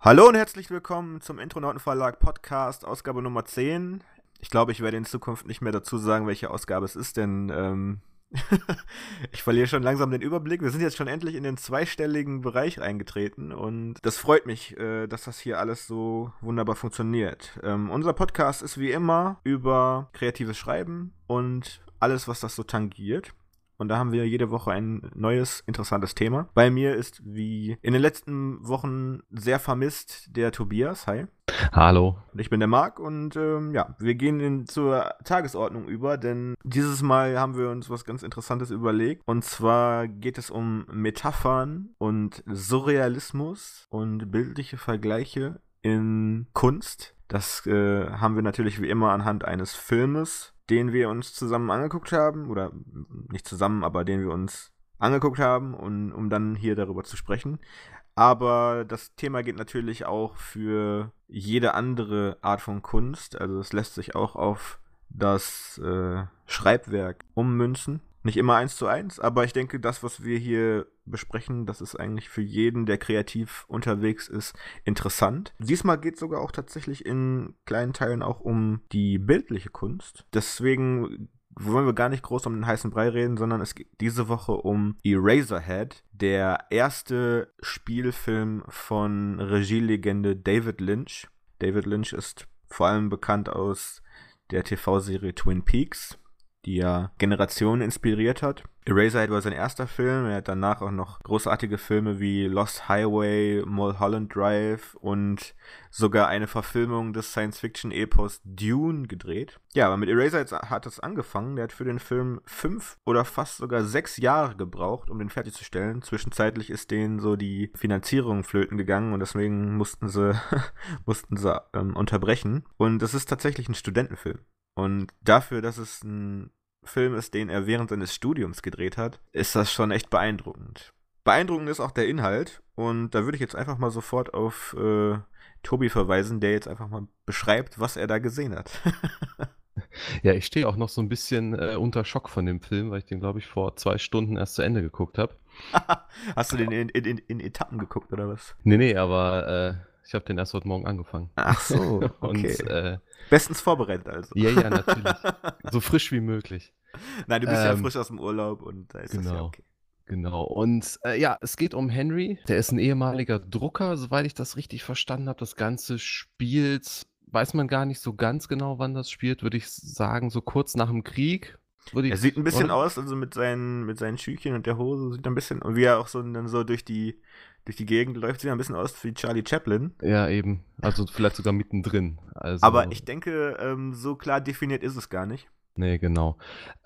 Hallo und herzlich willkommen zum Intronauten Verlag Podcast, Ausgabe Nummer 10. Ich glaube, ich werde in Zukunft nicht mehr dazu sagen, welche Ausgabe es ist, denn ich verliere schon langsam den Überblick. Wir sind jetzt schon endlich in den zweistelligen Bereich eingetreten und das freut mich, dass das hier alles so wunderbar funktioniert. Unser Podcast ist wie immer über kreatives Schreiben und alles, was das so tangiert. Und da haben wir jede Woche ein neues, interessantes Thema. Bei mir ist wie in den letzten Wochen sehr vermisst der Tobias. Hi. Hallo. Und ich bin der Marc und ja, wir gehen zur Tagesordnung über, denn dieses Mal haben wir uns was ganz Interessantes überlegt. Und zwar geht es um Metaphern und Surrealismus und bildliche Vergleiche in Kunst. Das haben wir natürlich wie immer anhand eines Filmes, den wir uns zusammen angeguckt haben, oder nicht zusammen, aber den wir uns angeguckt haben, um dann hier darüber zu sprechen. Aber das Thema geht natürlich auch für jede andere Art von Kunst. Also es lässt sich auch auf das Schreibwerk ummünzen. Nicht immer 1:1, aber ich denke, das, was wir hier besprechen, das ist eigentlich für jeden, der kreativ unterwegs ist, interessant. Diesmal geht es sogar auch tatsächlich in kleinen Teilen auch um die bildliche Kunst. Deswegen wollen wir gar nicht groß um den heißen Brei reden, sondern es geht diese Woche um Eraserhead, der erste Spielfilm von Regielegende David Lynch. David Lynch ist vor allem bekannt aus der TV-Serie Twin Peaks, die ja Generationen inspiriert hat. Eraserhead war sein erster Film. Er hat danach auch noch großartige Filme wie Lost Highway, Mulholland Drive und sogar eine Verfilmung des Science-Fiction-Epos Dune gedreht. Ja, aber mit Eraserhead hat es angefangen. Der hat für den Film 5 oder fast sogar 6 Jahre gebraucht, um den fertigzustellen. Zwischenzeitlich ist denen so die Finanzierung flöten gegangen und deswegen mussten sie unterbrechen. Und es ist tatsächlich ein Studentenfilm. Und dafür, dass es ein Film ist, den er während seines Studiums gedreht hat, ist das schon echt beeindruckend. Beeindruckend ist auch der Inhalt und da würde ich jetzt einfach mal sofort auf Tobi verweisen, der jetzt einfach mal beschreibt, was er da gesehen hat. Ja, ich stehe auch noch so ein bisschen unter Schock von dem Film, weil ich den, glaube ich, vor 2 Stunden erst zu Ende geguckt habe. Hast du den in Etappen geguckt oder was? Nee, aber ich habe den erst heute Morgen angefangen. Ach so, okay. Und Bestens vorbereitet also. ja, natürlich. So frisch wie möglich. Nein, du bist ja Ähm, frisch aus dem Urlaub und da ist das ja genau, okay. genau. Und ja, es geht um Henry. Der ist ein ehemaliger Drucker, soweit ich das richtig verstanden habe. Das Ganze spielt, weiß man gar nicht so ganz genau, wann das spielt, würde ich sagen, so kurz nach dem Krieg. Würde Er sieht ich, ein bisschen oder? aus, also mit seinen Schüchchen und der Hose, sieht ein bisschen, und wie er auch so dann so durch die Gegend läuft, sieht er ein bisschen aus wie Charlie Chaplin. Ja, eben. Also vielleicht sogar mittendrin. Aber Also, ich denke, so klar definiert ist es gar nicht. ne, genau.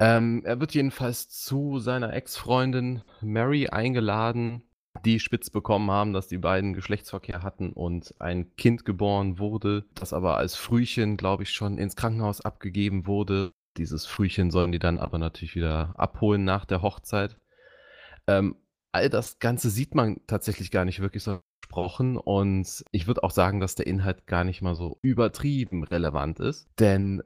Er wird jedenfalls zu seiner Ex-Freundin Mary eingeladen, die spitz bekommen haben, dass die beiden Geschlechtsverkehr hatten und ein Kind geboren wurde, das aber als Frühchen, glaube ich, schon ins Krankenhaus abgegeben wurde. Dieses Frühchen sollen die dann aber natürlich wieder abholen nach der Hochzeit. Ähm, all das Ganze sieht man tatsächlich gar nicht wirklich so gesprochen und ich würde auch sagen, dass der Inhalt gar nicht mal so übertrieben relevant ist, denn,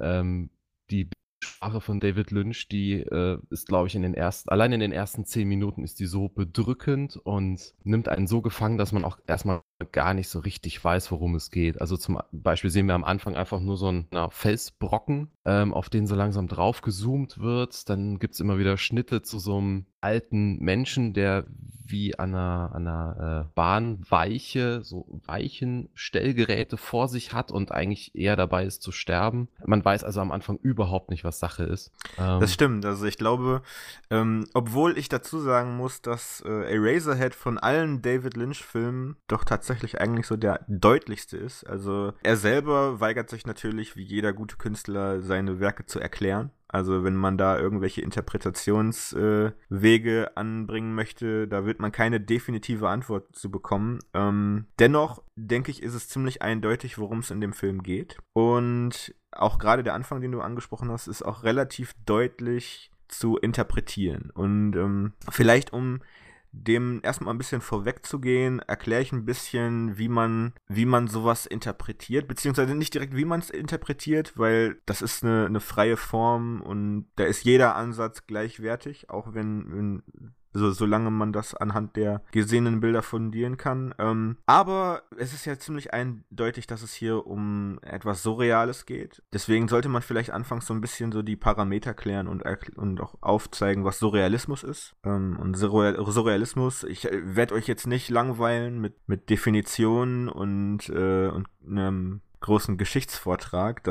die Sprache von David Lynch, die, ist, glaube ich, allein in den ersten 10 Minuten ist die so bedrückend und nimmt einen so gefangen, dass man auch erst mal gar nicht so richtig weiß, worum es geht. Also, zum Beispiel sehen wir am Anfang einfach nur so 'n, ja, Felsbrocken, auf den so langsam drauf gezoomt wird. Dann gibt's immer wieder Schnitte zu so 'nem alten Menschen, der wie an 'ner, Bahnweiche so Weichenstellgeräte vor sich hat und eigentlich eher dabei ist zu sterben. Man weiß also am Anfang überhaupt nicht, was Sache ist. Das stimmt, also ich glaube, obwohl ich dazu sagen muss, dass Eraserhead von allen David Lynch-Filmen doch tatsächlich eigentlich so der deutlichste ist. Also er selber weigert sich natürlich, wie jeder gute Künstler, seine Werke zu erklären. Also wenn man da irgendwelche Interpretationswege anbringen möchte, da wird man keine definitive Antwort zu bekommen. Dennoch denke ich, ist es ziemlich eindeutig, worum es in dem Film geht. Und auch gerade der Anfang, den du angesprochen hast, ist auch relativ deutlich zu interpretieren. Und vielleicht um dem erstmal ein bisschen vorwegzugehen, erkläre ich ein bisschen, wie man sowas interpretiert, beziehungsweise nicht direkt, wie man es interpretiert, weil das ist eine freie Form und da ist jeder Ansatz gleichwertig, auch wenn solange man das anhand der gesehenen Bilder fundieren kann. Aber es ist ja ziemlich eindeutig, dass es hier um etwas Surreales geht. Deswegen sollte man vielleicht anfangs so ein bisschen so die Parameter klären und auch aufzeigen, was Surrealismus ist. Und Surrealismus, ich werde euch jetzt nicht langweilen mit Definitionen und einem großen Geschichtsvortrag.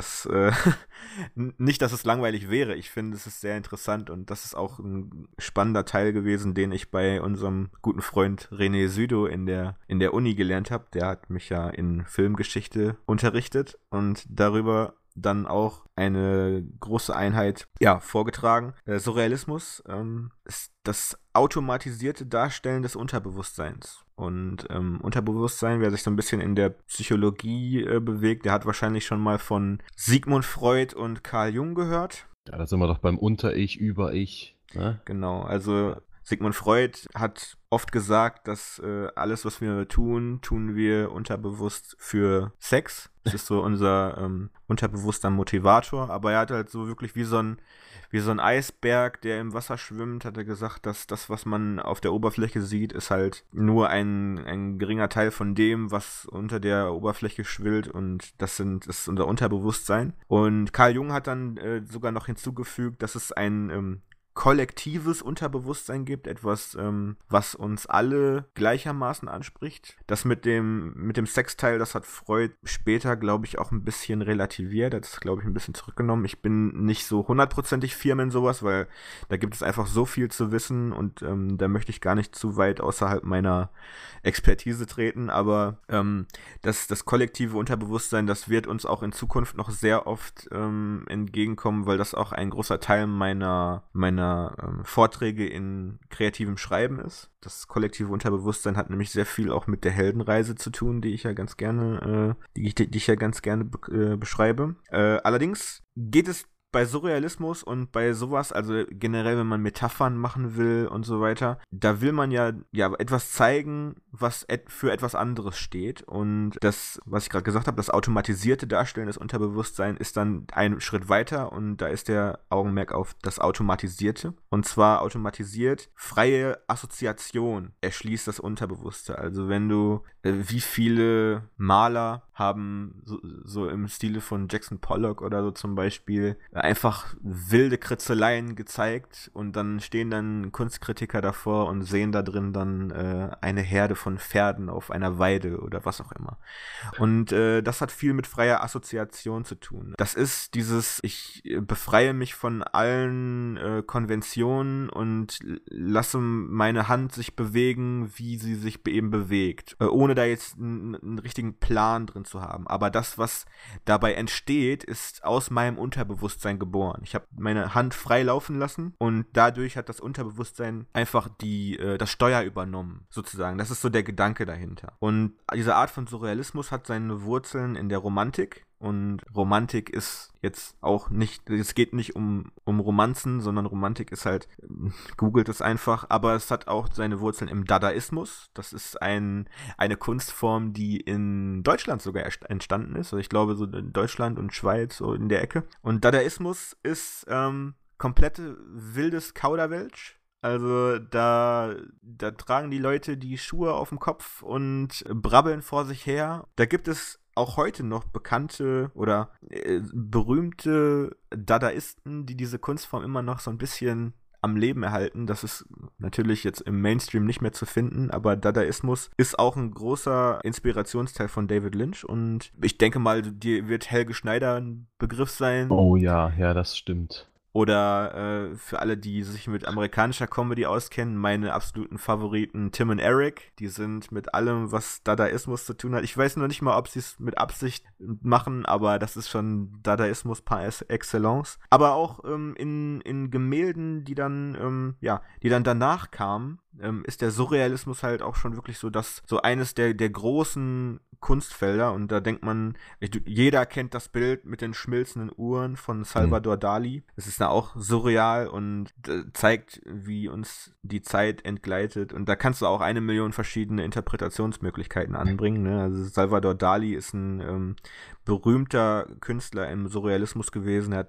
Nicht, dass es langweilig wäre. Ich finde, es ist sehr interessant und das ist auch ein spannender Teil gewesen, den ich bei unserem guten Freund René Südow in der Uni gelernt habe. Der hat mich ja in Filmgeschichte unterrichtet und darüber dann auch eine große Einheit vorgetragen. Surrealismus ist das automatisierte Darstellen des Unterbewusstseins. Und Unterbewusstsein, wer sich so ein bisschen in der Psychologie bewegt, der hat wahrscheinlich schon mal von Sigmund Freud und Carl Jung gehört. Ja, da sind wir doch beim Unter-Ich, Über-Ich. Ne? Genau, also Sigmund Freud hat oft gesagt, dass alles, was wir tun wir unterbewusst für Sex. Das ist so unser unterbewusster Motivator. Aber er hat halt so wirklich wie so ein Eisberg, der im Wasser schwimmt, hat er gesagt, dass das, was man auf der Oberfläche sieht, ist halt nur ein geringer Teil von dem, was unter der Oberfläche schwillt und das ist unser Unterbewusstsein. Und Carl Jung hat dann sogar noch hinzugefügt, dass es ein kollektives Unterbewusstsein gibt, etwas, was uns alle gleichermaßen anspricht. Das mit dem Sexteil, das hat Freud später, glaube ich, auch ein bisschen relativiert. Das ist, glaube ich, ein bisschen zurückgenommen. Ich bin nicht so hundertprozentig firm in sowas, weil da gibt es einfach so viel zu wissen und da möchte ich gar nicht zu weit außerhalb meiner Expertise treten, aber das kollektive Unterbewusstsein, das wird uns auch in Zukunft noch sehr oft entgegenkommen, weil das auch ein großer Teil meiner Vorträge in kreativem Schreiben ist. Das kollektive Unterbewusstsein hat nämlich sehr viel auch mit der Heldenreise zu tun, die ich ja ganz gerne, beschreibe. Allerdings geht es bei Surrealismus und bei sowas, also generell, wenn man Metaphern machen will und so weiter, da will man ja etwas zeigen, was für etwas anderes steht. Und das, was ich gerade gesagt habe, das automatisierte Darstellen des Unterbewusstseins ist dann ein Schritt weiter und da ist der Augenmerk auf das Automatisierte. Und zwar automatisiert, freie Assoziation erschließt das Unterbewusste. Also wenn du, wie viele Maler haben so im Stile von Jackson Pollock oder so zum Beispiel einfach wilde Kritzeleien gezeigt und dann stehen dann Kunstkritiker davor und sehen da drin dann eine Herde von Pferden auf einer Weide oder was auch immer. Und das hat viel mit freier Assoziation zu tun. Das ist ich befreie mich von allen Konventionen und lasse meine Hand sich bewegen, wie sie sich eben bewegt, ohne da jetzt einen richtigen Plan drin zu haben. Aber das, was dabei entsteht, ist aus meinem Unterbewusstsein geboren. Ich habe meine Hand frei laufen lassen und dadurch hat das Unterbewusstsein einfach das Steuer übernommen, sozusagen. Das ist so der Gedanke dahinter. Und diese Art von Surrealismus hat seine Wurzeln in der Romantik. Und Romantik ist jetzt auch nicht, es geht nicht um Romanzen, sondern Romantik ist halt, googelt es einfach, aber es hat auch seine Wurzeln im Dadaismus. Das ist eine Kunstform, die in Deutschland sogar entstanden ist. Also ich glaube so in Deutschland und Schweiz, so in der Ecke. Und Dadaismus ist komplette wildes Kauderwelsch. Also da tragen die Leute die Schuhe auf dem Kopf und brabbeln vor sich her. Da gibt es auch heute noch bekannte oder berühmte Dadaisten, die diese Kunstform immer noch so ein bisschen am Leben erhalten. Das ist natürlich jetzt im Mainstream nicht mehr zu finden, aber Dadaismus ist auch ein großer Inspirationsteil von David Lynch und ich denke mal, dir wird Helge Schneider ein Begriff sein. Oh ja, das stimmt. Oder für alle, die sich mit amerikanischer Comedy auskennen, meine absoluten Favoriten Tim und Eric. Die sind mit allem, was Dadaismus zu tun hat. Ich weiß noch nicht mal, ob sie es mit Absicht machen, aber das ist schon Dadaismus par excellence. Aber auch in Gemälden, die dann danach kamen, ist der Surrealismus halt auch schon wirklich so eines der großen Kunstfelder. Und da denkt man, jeder kennt das Bild mit den schmilzenden Uhren von Salvador Dali. Es ist da auch surreal und zeigt, wie uns die Zeit entgleitet. Und da kannst du auch 1 Million verschiedene Interpretationsmöglichkeiten anbringen. Ne? Also Salvador Dali ist ein berühmter Künstler im Surrealismus gewesen. Er hat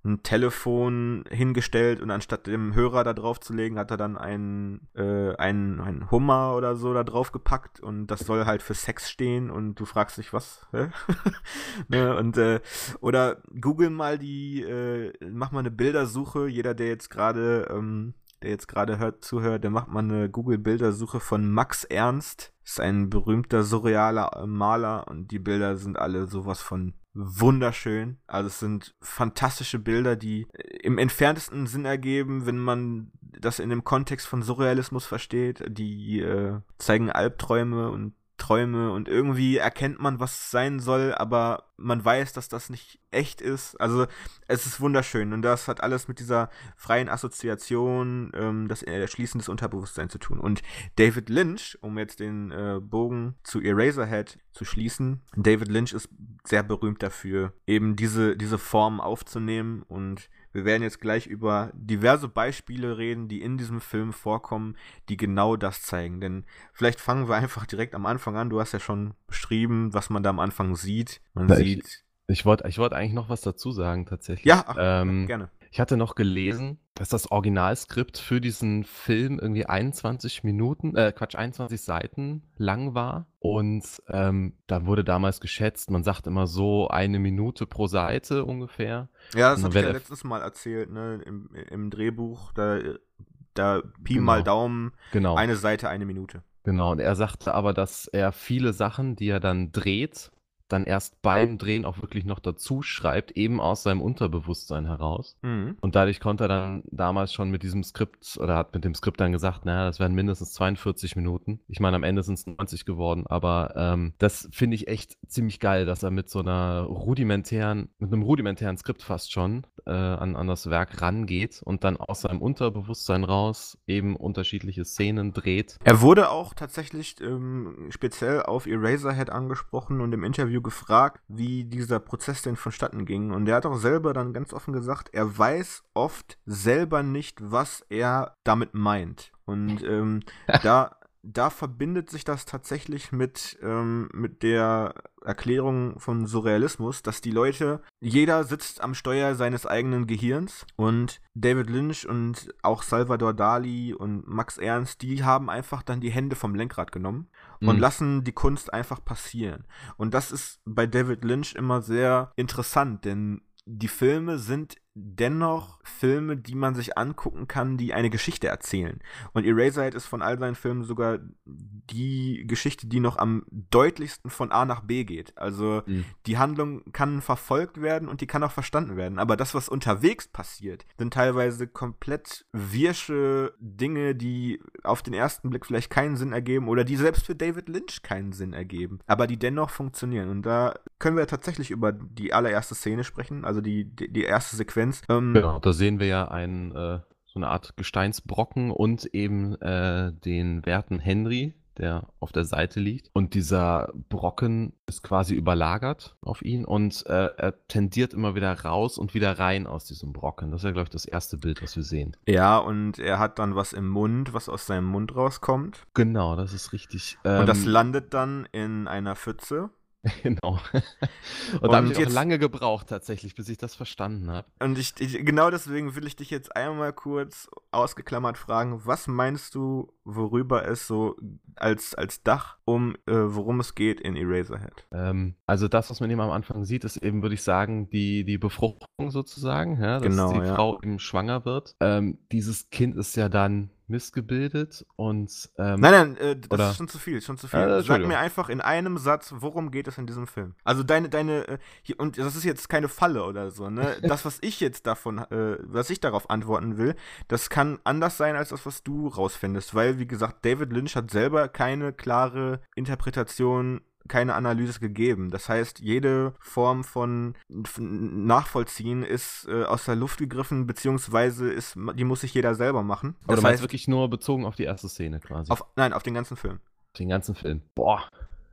ein Telefon hingestellt und anstatt dem Hörer da drauf zu legen, hat er dann einen Hummer oder so da drauf gepackt und das soll halt für Sex stehen und du fragst dich, was? Hä? Ne? Und oder google mal mach mal eine Bildersuche, jeder, der jetzt gerade zuhört, der macht mal eine Google-Bildersuche von Max Ernst. Ist ein berühmter surrealer Maler und die Bilder sind alle sowas von wunderschön. Also es sind fantastische Bilder, die im entferntesten Sinn ergeben, wenn man das in dem Kontext von Surrealismus versteht. Die zeigen Albträume und Träume und irgendwie erkennt man, was es sein soll, aber man weiß, dass das nicht echt ist. Also es ist wunderschön und das hat alles mit dieser freien Assoziation, das Erschließen des Unterbewusstseins zu tun. Und David Lynch, um jetzt den Bogen zu Eraserhead zu schließen, David Lynch ist sehr berühmt dafür, eben diese Form aufzunehmen und wir werden jetzt gleich über diverse Beispiele reden, die in diesem Film vorkommen, die genau das zeigen. Denn vielleicht fangen wir einfach direkt am Anfang an. Du hast ja schon beschrieben, was man da am Anfang sieht. Ich wollte eigentlich noch was dazu sagen, tatsächlich. Ja, gerne. Ich hatte noch gelesen, dass das Originalskript für diesen Film irgendwie 21 Seiten lang war. Und da wurde damals geschätzt, man sagt immer so 1 Minute pro Seite ungefähr. Ja, das hatte ich ja letztes Mal erzählt, ne? Im Drehbuch, da Pi mal Daumen, Genau. 1 Seite, 1 Minute. Genau, und er sagte aber, dass er viele Sachen, die er dann dreht, dann erst beim Drehen auch wirklich noch dazu schreibt, eben aus seinem Unterbewusstsein heraus. Mhm. Und dadurch konnte er dann damals schon mit diesem Skript oder hat mit dem Skript dann gesagt, naja, das werden mindestens 42 Minuten. Ich meine, am Ende sind es 90 geworden, aber das finde ich echt ziemlich geil, dass er mit einem rudimentären Skript fast schon an das Werk rangeht und dann aus seinem Unterbewusstsein raus eben unterschiedliche Szenen dreht. Er wurde auch tatsächlich speziell auf Eraserhead angesprochen und im Interview gefragt, wie dieser Prozess denn vonstatten ging. Und er hat auch selber dann ganz offen gesagt, er weiß oft selber nicht, was er damit meint. Und da verbindet sich das tatsächlich mit der Erklärung von Surrealismus, dass die Leute, jeder sitzt am Steuer seines eigenen Gehirns und David Lynch und auch Salvador Dali und Max Ernst, die haben einfach dann die Hände vom Lenkrad genommen und lassen die Kunst einfach passieren. Und das ist bei David Lynch immer sehr interessant, denn die Filme sind dennoch Filme, die man sich angucken kann, die eine Geschichte erzählen. Und Eraserhead ist von all seinen Filmen sogar die Geschichte, die noch am deutlichsten von A nach B geht. Also die Handlung kann verfolgt werden und die kann auch verstanden werden. Aber das, was unterwegs passiert, sind teilweise komplett wirsche Dinge, die auf den ersten Blick vielleicht keinen Sinn ergeben oder die selbst für David Lynch keinen Sinn ergeben, aber die dennoch funktionieren. Und da können wir tatsächlich über die allererste Szene sprechen, also die erste Sequenz. Genau, da sehen wir ja so eine Art Gesteinsbrocken und eben den werten Henry, der auf der Seite liegt. Und dieser Brocken ist quasi überlagert auf ihn und er tendiert immer wieder raus und wieder rein aus diesem Brocken. Das ist ja, glaube ich, das erste Bild, was wir sehen. Ja, und er hat dann was im Mund, was aus seinem Mund rauskommt. Genau, das ist richtig. Und das landet dann in einer Pfütze. Genau. Und da habe ich auch lange gebraucht tatsächlich, bis ich das verstanden habe. Und genau deswegen will ich dich jetzt einmal kurz ausgeklammert fragen, was meinst du, worüber es so als Dach worum es geht in Eraserhead? Also das, was man eben am Anfang sieht, ist eben, würde ich sagen, die Befruchtung sozusagen, ja, dass genau, die Frau eben schwanger wird. Dieses Kind ist ja dann missgebildet und Nein, das ist schon zu viel. Sag mir einfach in einem Satz, worum geht es in diesem Film? Also und das ist jetzt keine Falle oder so, ne? Das, was ich jetzt was ich darauf antworten will, das kann anders sein als das, was du rausfindest, weil, wie gesagt, David Lynch hat selber keine klare Interpretation, keine Analyse gegeben. Das heißt, jede Form von Nachvollziehen ist aus der Luft gegriffen, beziehungsweise die muss sich jeder selber machen. Das heißt wirklich nur bezogen auf die erste Szene quasi? Auf den ganzen Film. Den ganzen Film. Boah.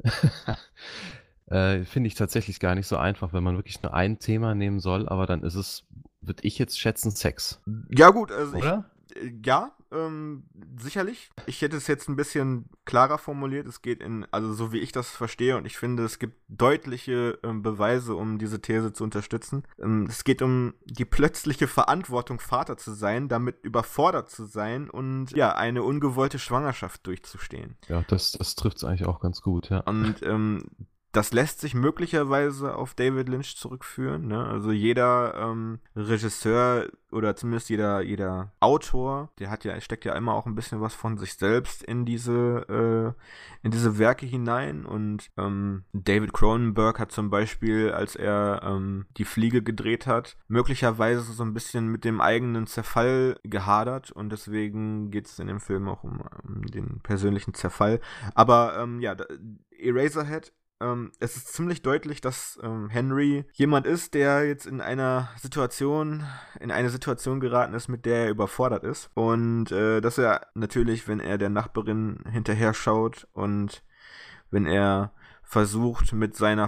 Finde ich tatsächlich gar nicht so einfach, wenn man wirklich nur ein Thema nehmen soll, aber dann ist es, würde ich jetzt schätzen, Sex. Ja gut, also oder? Ja, sicherlich. Ich hätte es jetzt ein bisschen klarer formuliert. Es geht also so wie ich das verstehe, und ich finde, es gibt deutliche Beweise, um diese These zu unterstützen. Es geht um die plötzliche Verantwortung, Vater zu sein, damit überfordert zu sein und ja, eine ungewollte Schwangerschaft durchzustehen. Ja, das trifft es eigentlich auch ganz gut, ja. Und das lässt sich möglicherweise auf David Lynch zurückführen, ne? Also jeder Regisseur oder zumindest jeder Autor, steckt ja immer auch ein bisschen was von sich selbst in diese Werke hinein. Und David Cronenberg hat zum Beispiel, als er Die Fliege gedreht hat, möglicherweise so ein bisschen mit dem eigenen Zerfall gehadert, und deswegen geht es in dem Film auch um den persönlichen Zerfall. Aber Eraserhead, es ist ziemlich deutlich, dass Henry jemand ist, der jetzt in eine Situation geraten ist, mit der er überfordert ist. Und dass er natürlich, wenn er der Nachbarin hinterher schaut und wenn er versucht, mit seiner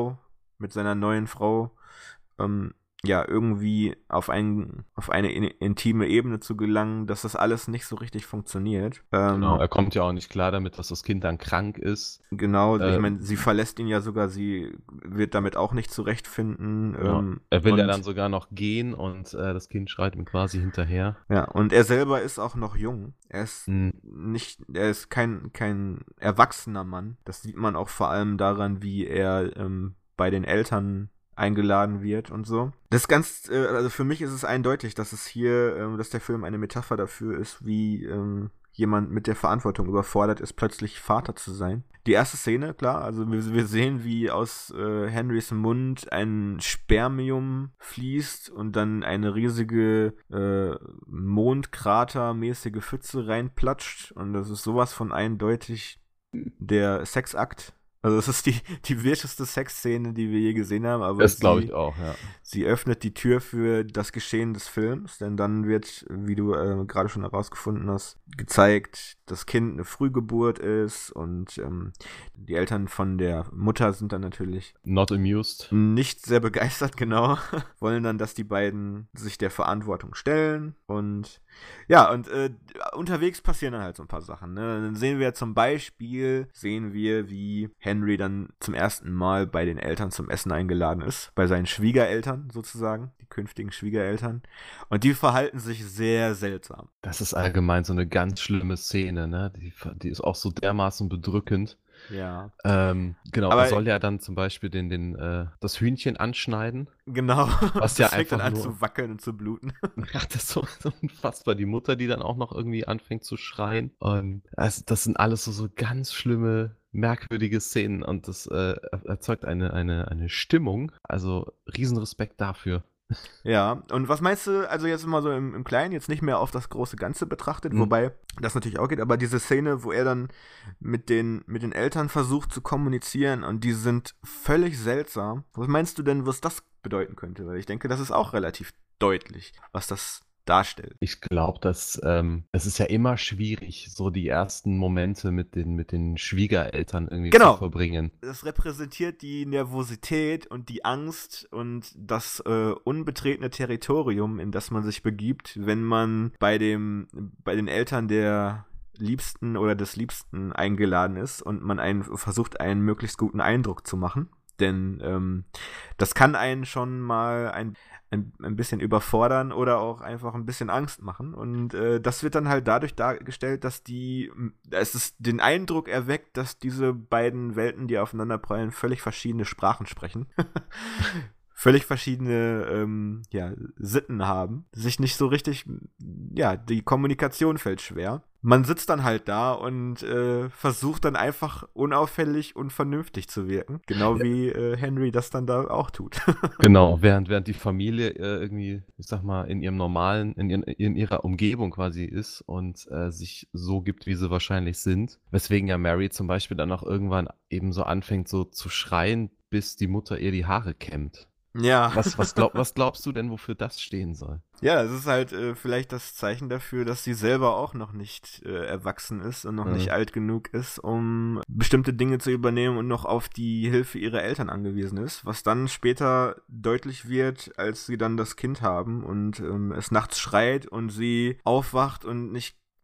neuen Frau, irgendwie auf eine intime Ebene zu gelangen, dass das alles nicht so richtig funktioniert. Genau, er kommt ja auch nicht klar damit, dass das Kind dann krank ist. Genau, ich meine, sie verlässt ihn ja sogar, sie wird damit auch nicht zurechtfinden. Genau. Er will ja dann sogar noch gehen, und das Kind schreit ihm quasi hinterher. Ja, und er selber ist auch noch jung. Er ist kein erwachsener Mann. Das sieht man auch vor allem daran, wie er bei den Eltern eingeladen wird und so. Das ganz, also für mich ist es eindeutig, dass dass der Film eine Metapher dafür ist, wie jemand mit der Verantwortung überfordert ist, plötzlich Vater zu sein. Die erste Szene, klar, also wir sehen, wie aus Henrys Mund ein Spermium fließt und dann eine riesige Mondkratermäßige Pfütze reinplatscht, und das ist sowas von eindeutig der Sexakt. Also es ist die wirteste Sexszene, die wir je gesehen haben. Aber das glaube ich auch, ja. Sie öffnet die Tür für das Geschehen des Films, denn dann wird, wie du gerade schon herausgefunden hast, gezeigt, dass Kind eine Frühgeburt ist, und die Eltern von der Mutter sind dann natürlich not amused. Nicht sehr begeistert, genau. Wollen dann, dass die beiden sich der Verantwortung stellen, und ja, und unterwegs passieren dann halt so ein paar Sachen, ne? Dann sehen wir zum Beispiel, wie Henry dann zum ersten Mal bei den Eltern zum Essen eingeladen ist, bei seinen Schwiegereltern sozusagen, die künftigen Schwiegereltern, und die verhalten sich sehr seltsam. Das ist allgemein so eine ganz schlimme Szene, ne? Die ist auch so dermaßen bedrückend. Ja. Genau, Aber er soll ja dann zum Beispiel das Hühnchen anschneiden. Genau. Was ja das fängt dann einfach an nur zu wackeln und zu bluten. Ja, das ist so unfassbar. Die Mutter, die dann auch noch irgendwie anfängt zu schreien. Das sind alles so ganz schlimme, merkwürdige Szenen, und das erzeugt eine Stimmung. Also Riesenrespekt dafür. Ja, und was meinst du, also jetzt mal so im Kleinen, jetzt nicht mehr auf das große Ganze betrachtet, Mhm. wobei das natürlich auch geht, aber diese Szene, wo er dann mit den Eltern versucht zu kommunizieren, und die sind völlig seltsam. Was meinst du denn, was das bedeuten könnte? Weil ich denke, das ist auch relativ deutlich, was das darstellt. Ich glaube, dass es ist ja immer schwierig, so die ersten Momente mit den Schwiegereltern irgendwie zu verbringen. Das repräsentiert die Nervosität und die Angst und das unbetretene Territorium, in das man sich begibt, wenn man bei den Eltern der Liebsten oder des Liebsten eingeladen ist und man versucht, einen möglichst guten Eindruck zu machen. Denn das kann einen schon mal ein bisschen überfordern oder auch einfach ein bisschen Angst machen. Und das wird dann halt dadurch dargestellt, dass es ist den Eindruck erweckt, dass diese beiden Welten, die aufeinanderprallen, völlig verschiedene Sprachen sprechen. Völlig verschiedene Sitten haben. Sich nicht so richtig, die Kommunikation fällt schwer. Man sitzt dann halt da und versucht dann einfach unauffällig und vernünftig zu wirken. Genau wie Henry das dann da auch tut. Genau, während die Familie irgendwie, ich sag mal, in ihrem in ihrer Umgebung quasi ist und sich so gibt, wie sie wahrscheinlich sind. Weswegen ja Mary zum Beispiel dann auch irgendwann eben so anfängt, so zu schreien, bis die Mutter ihr die Haare kämmt. Ja. Was glaubst du denn, wofür das stehen soll? Ja, es ist halt vielleicht das Zeichen dafür, dass sie selber auch noch nicht erwachsen ist und noch nicht alt genug ist, um bestimmte Dinge zu übernehmen und noch auf die Hilfe ihrer Eltern angewiesen ist, was dann später deutlich wird, als sie dann das Kind haben und es nachts schreit und sie aufwacht und nicht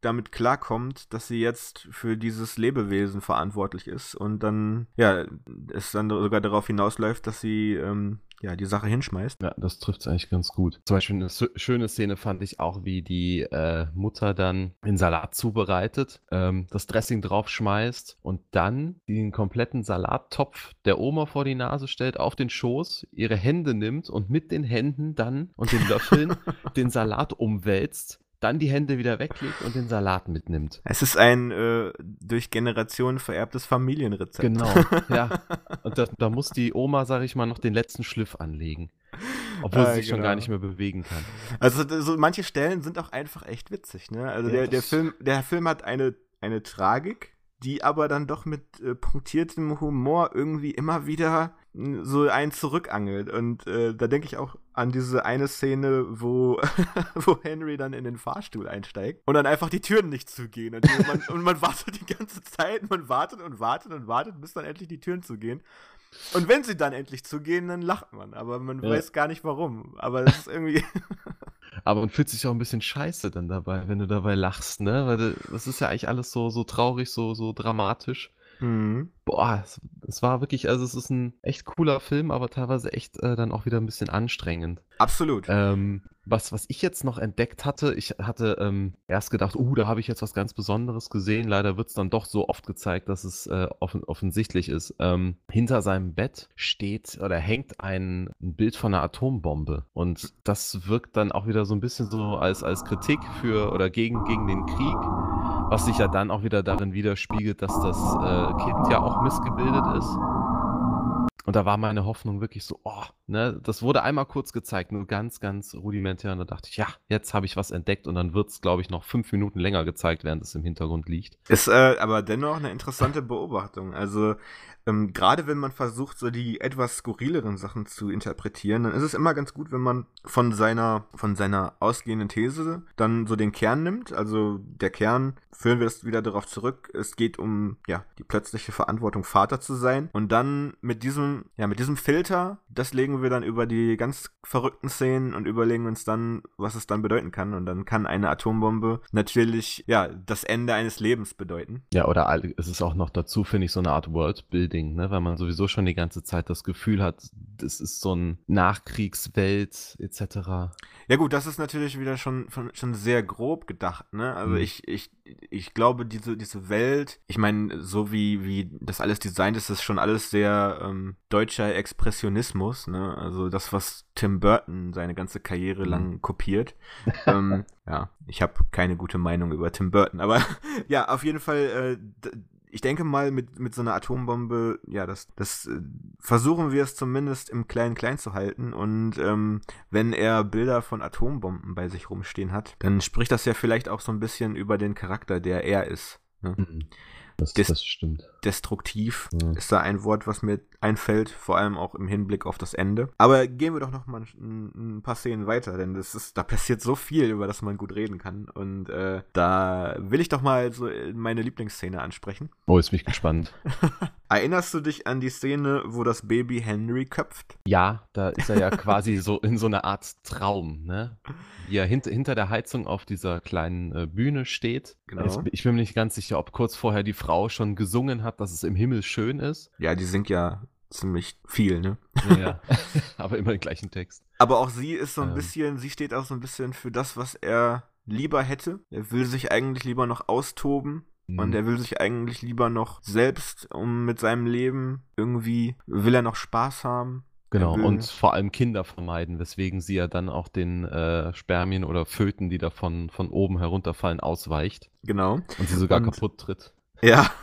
damit klarkommt, dass sie jetzt für dieses Lebewesen verantwortlich ist und dann, ja, es dann sogar darauf hinausläuft, dass sie, die Sache hinschmeißt. Ja, das trifft es eigentlich ganz gut. Zum Beispiel eine schöne Szene fand ich auch, wie die Mutter dann den Salat zubereitet, das Dressing draufschmeißt und dann den kompletten Salattopf der Oma vor die Nase stellt, auf den Schoß, ihre Hände nimmt und mit den Händen dann und den Löffeln den Salat umwälzt, dann die Hände wieder weglegt und den Salat mitnimmt. Es ist ein durch Generationen vererbtes Familienrezept. Genau, ja. Und da muss die Oma, sag ich mal, noch den letzten Schliff anlegen. Obwohl sie sich schon gar nicht mehr bewegen kann. Also so manche Stellen sind auch einfach echt witzig, ne? Also Ja, der Film hat eine Tragik, die aber dann doch mit punktiertem Humor irgendwie immer wieder so einen zurückangelt. Und da denke ich auch an diese eine Szene, wo Henry dann in den Fahrstuhl einsteigt und dann einfach die Türen nicht zugehen. Und man wartet die ganze Zeit, man wartet und wartet und wartet, bis dann endlich die Türen zugehen. Und wenn sie dann endlich zugehen, dann lacht man. Aber man weiß gar nicht warum. Aber das ist irgendwie... Aber man fühlt sich auch ein bisschen scheiße dann dabei, wenn du dabei lachst, ne? Weil das ist ja eigentlich alles so traurig, so dramatisch. Mhm. Boah, es war wirklich, also es ist ein echt cooler Film, aber teilweise echt dann auch wieder ein bisschen anstrengend. Absolut. Was ich jetzt noch entdeckt hatte, ich hatte erst gedacht, da habe ich jetzt was ganz Besonderes gesehen. Leider wird es dann doch so oft gezeigt, dass es offensichtlich ist. Hinter seinem Bett steht oder hängt ein Bild von einer Atombombe. Und das wirkt dann auch wieder so ein bisschen so als Kritik für oder gegen den Krieg. Was sich ja dann auch wieder darin widerspiegelt, dass das Kind ja auch missgebildet ist. Und da war meine Hoffnung wirklich so, das wurde einmal kurz gezeigt, nur ganz, ganz rudimentär. Und da dachte ich, ja, jetzt habe ich was entdeckt. Und dann wird es, glaube ich, noch 5 Minuten länger gezeigt, während es im Hintergrund liegt. Ist aber dennoch eine interessante Beobachtung. Also gerade wenn man versucht, so die etwas skurrileren Sachen zu interpretieren, dann ist es immer ganz gut, wenn man von seiner ausgehenden These dann so den Kern nimmt. Also der Kern, führen wir das wieder darauf zurück, es geht um die plötzliche Verantwortung, Vater zu sein. Und dann mit diesem Filter, das legen wir dann über die ganz verrückten Szenen und überlegen uns dann, was es dann bedeuten kann. Und dann kann eine Atombombe natürlich das Ende eines Lebens bedeuten. Ja, oder es ist auch noch dazu, finde ich, so eine Art Worldbuilding, ne? Weil man sowieso schon die ganze Zeit das Gefühl hat, das ist so ein Nachkriegswelt etc. Ja gut, das ist natürlich wieder schon sehr grob gedacht, ne? Also ich glaube, diese Welt, ich meine, so wie das alles designt ist, ist schon alles sehr deutscher Expressionismus, ne? Also das, was Tim Burton seine ganze Karriere lang kopiert. Ich habe keine gute Meinung über Tim Burton, aber ja, auf jeden Fall, ich denke mal, mit so einer Atombombe, das versuchen wir es zumindest im Klein zu halten. Und wenn er Bilder von Atombomben bei sich rumstehen hat, dann spricht das ja vielleicht auch so ein bisschen über den Charakter, der er ist. Ne? Das stimmt. Destruktiv ist da ein Wort, was mir einfällt, vor allem auch im Hinblick auf das Ende. Aber gehen wir doch noch mal ein paar Szenen weiter, denn da passiert so viel, über das man gut reden kann. Und da will ich doch mal so meine Lieblingsszene ansprechen. Oh, jetzt bin ich gespannt. Erinnerst du dich an die Szene, wo das Baby Henry köpft? Ja, da ist er ja quasi so in so einer Art Traum, ne? Wie er hinter der Heizung auf dieser kleinen Bühne steht. Genau. Ich bin mir nicht ganz sicher, ob kurz vorher die Frau schon gesungen hat, dass es im Himmel schön ist. Ja, die singt ja ziemlich viel, ne? Ja, aber immer den gleichen Text. Aber auch sie ist so ein bisschen, sie steht auch so ein bisschen für das, was er lieber hätte. Er will sich eigentlich lieber noch austoben. Und er will sich eigentlich lieber noch selbst mit seinem Leben irgendwie, will er noch Spaß haben. Genau, und vor allem Kinder vermeiden, weswegen sie ja dann auch den Spermien oder Föten, die da von oben herunterfallen, ausweicht. Genau. Und sie sogar kaputt tritt. Ja.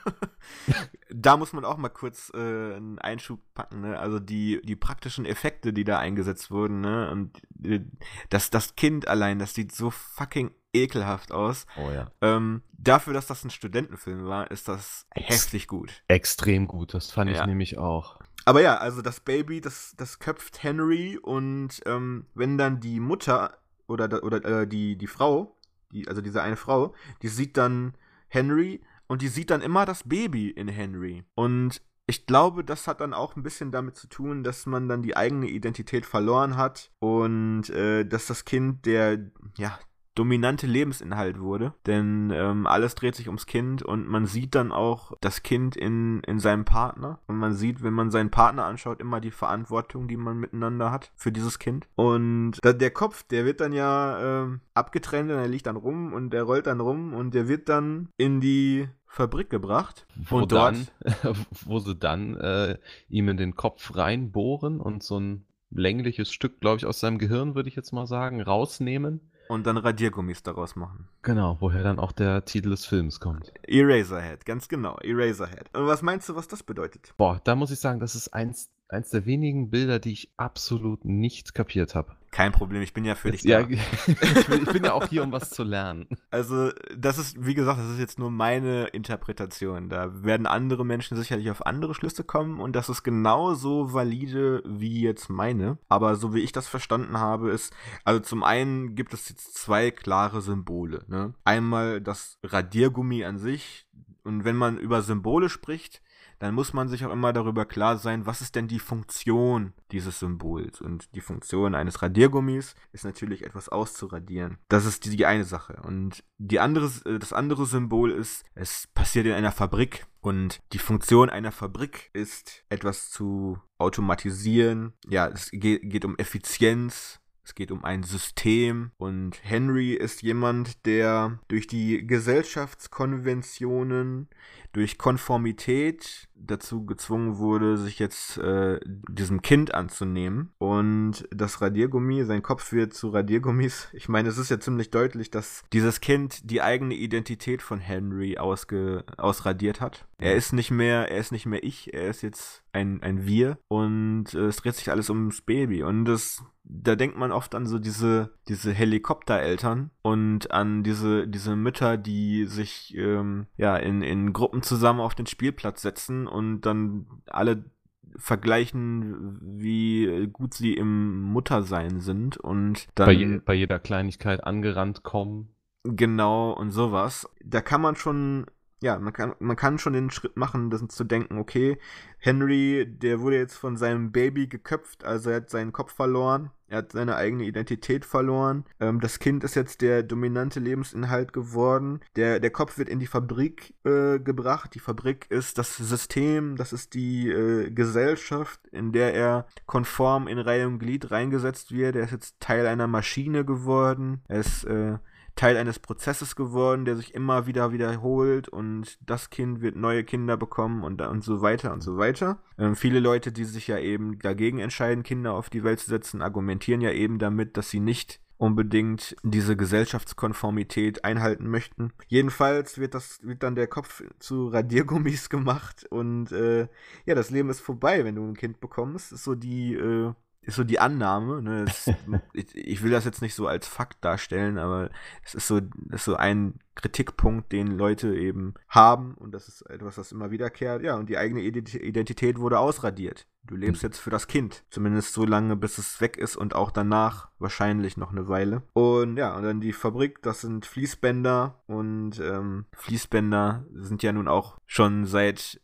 Da muss man auch mal kurz einen Einschub packen, ne? Also die praktischen Effekte, die da eingesetzt wurden, ne? Und das Kind allein, das sieht so fucking ekelhaft aus. Oh ja. Dafür, dass das ein Studentenfilm war, ist das heftig gut. Extrem gut, das fand ich nämlich auch. Aber ja, also das Baby, das köpft Henry und wenn dann die Mutter oder die Frau, also diese eine Frau, die sieht dann Henry und die sieht dann immer das Baby in Henry. Und ich glaube, das hat dann auch ein bisschen damit zu tun, dass man dann die eigene Identität verloren hat und dass das Kind dominante Lebensinhalt wurde. Denn alles dreht sich ums Kind und man sieht dann auch das Kind in seinem Partner. Und man sieht, wenn man seinen Partner anschaut, immer die Verantwortung, die man miteinander hat für dieses Kind. Und der Kopf, der wird dann ja abgetrennt und er liegt dann rum und der rollt dann rum und der wird dann in die Fabrik gebracht. Wo sie dann ihm in den Kopf reinbohren und so ein längliches Stück, glaube ich, aus seinem Gehirn, würde ich jetzt mal sagen, rausnehmen. Und dann Radiergummis daraus machen. Genau, woher dann auch der Titel des Films kommt. Eraserhead, ganz genau, Eraserhead. Und was meinst du, was das bedeutet? Boah, da muss ich sagen, das ist eins der wenigen Bilder, die ich absolut nicht kapiert habe. Kein Problem, ich bin ja für dich da. Ja, ich bin ja auch hier, um was zu lernen. Also, das ist, wie gesagt, das ist jetzt nur meine Interpretation. Da werden andere Menschen sicherlich auf andere Schlüsse kommen und das ist genauso valide wie jetzt meine. Aber so wie ich das verstanden habe, ist, also zum einen gibt es jetzt zwei klare Symbole. Ne? Einmal das Radiergummi an sich und wenn man über Symbole spricht, dann muss man sich auch immer darüber klar sein, was ist denn die Funktion dieses Symbols. Und die Funktion eines Radiergummis ist natürlich etwas auszuradieren. Das ist die eine Sache. Und das andere Symbol ist, es passiert in einer Fabrik. Und die Funktion einer Fabrik ist, etwas zu automatisieren. Ja, es geht um Effizienz. Es geht um ein System und Henry ist jemand, der durch die Gesellschaftskonventionen, durch Konformität dazu gezwungen wurde, sich jetzt diesem Kind anzunehmen. Und das Radiergummi, sein Kopf wird zu Radiergummis. Ich meine, es ist ja ziemlich deutlich, dass dieses Kind die eigene Identität von Henry ausradiert hat. Er ist nicht mehr ich, er ist jetzt ein Wir und es dreht sich alles ums Baby. Und da denkt man oft an so diese Helikoptereltern und an diese Mütter, die sich in Gruppen zusammen auf den Spielplatz setzen und dann alle vergleichen, wie gut sie im Muttersein sind und dann bei jeder Kleinigkeit angerannt kommen. Genau und sowas. Da kann man schon man kann schon den Schritt machen, das zu denken, okay, Henry, der wurde jetzt von seinem Baby geköpft, also er hat seinen Kopf verloren, er hat seine eigene Identität verloren, das Kind ist jetzt der dominante Lebensinhalt geworden, der Kopf wird in die Fabrik gebracht, die Fabrik ist das System, das ist die Gesellschaft, in der er konform in Reihe und Glied reingesetzt wird, er ist jetzt Teil einer Maschine geworden, er ist Teil eines Prozesses geworden, der sich immer wieder wiederholt und das Kind wird neue Kinder bekommen und so weiter und so weiter. Viele Leute, die sich ja eben dagegen entscheiden, Kinder auf die Welt zu setzen, argumentieren ja eben damit, dass sie nicht unbedingt diese Gesellschaftskonformität einhalten möchten. Jedenfalls wird dann der Kopf zu Radiergummis gemacht und das Leben ist vorbei, wenn du ein Kind bekommst. Ist so die Annahme, ne? Ich will das jetzt nicht so als Fakt darstellen, aber es ist so ein Kritikpunkt, den Leute eben haben und das ist etwas, das immer wiederkehrt. Ja, und die eigene Identität wurde ausradiert. Du lebst jetzt für das Kind. Zumindest so lange, bis es weg ist und auch danach wahrscheinlich noch eine Weile. Und ja, und dann die Fabrik, das sind Fließbänder und Fließbänder sind ja nun auch schon seit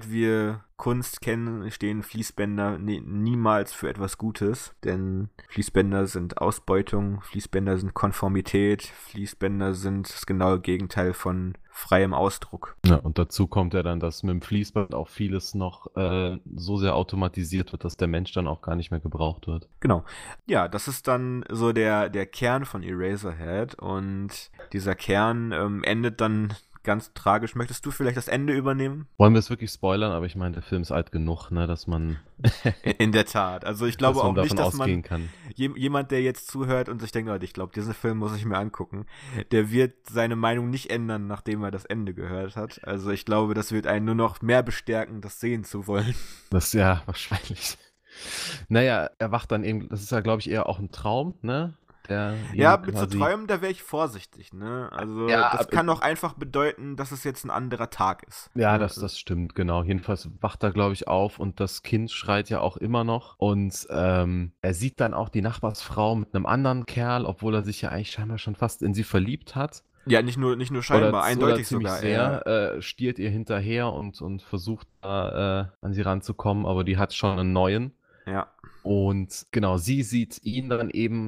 wir Kunst kennen, stehen Fließbänder niemals für etwas Gutes, denn Fließbänder sind Ausbeutung, Fließbänder sind Konformität, Fließbänder sind das genaue Gegenteil von freiem Ausdruck. Ja, und dazu kommt ja dann, dass mit dem Fließband auch vieles noch so sehr automatisiert wird, dass der Mensch dann auch gar nicht mehr gebraucht wird. Genau. Ja, das ist dann so der Kern von Eraserhead und dieser Kern endet dann ganz tragisch. Möchtest du vielleicht das Ende übernehmen? Wollen wir es wirklich spoilern? Aber ich meine, der Film ist alt genug, ne, dass man in der Tat. Also ich glaube auch nicht, dass man kann. Jemand, der jetzt zuhört und sich denkt, oh, ich glaube, diesen Film muss ich mir angucken, der wird seine Meinung nicht ändern, nachdem er das Ende gehört hat. Also ich glaube, das wird einen nur noch mehr bestärken, das sehen zu wollen. Das ja wahrscheinlich. Naja, er wacht dann eben, das ist ja, glaube ich, eher auch ein Traum, ne? Ja, mit so Träumen, da wäre ich vorsichtig, ne? Also, ja, das kann auch einfach bedeuten, dass es jetzt ein anderer Tag ist. Ja, das stimmt, genau. Jedenfalls wacht er, glaube ich, auf und das Kind schreit ja auch immer noch. Und er sieht dann auch die Nachbarsfrau mit einem anderen Kerl, obwohl er sich ja eigentlich scheinbar schon fast in sie verliebt hat. Ja, nicht nur scheinbar, eindeutig sogar. Sehr, stiert ihr hinterher und versucht an sie ranzukommen, aber die hat schon einen neuen. Ja. Und genau, sie sieht ihn dann eben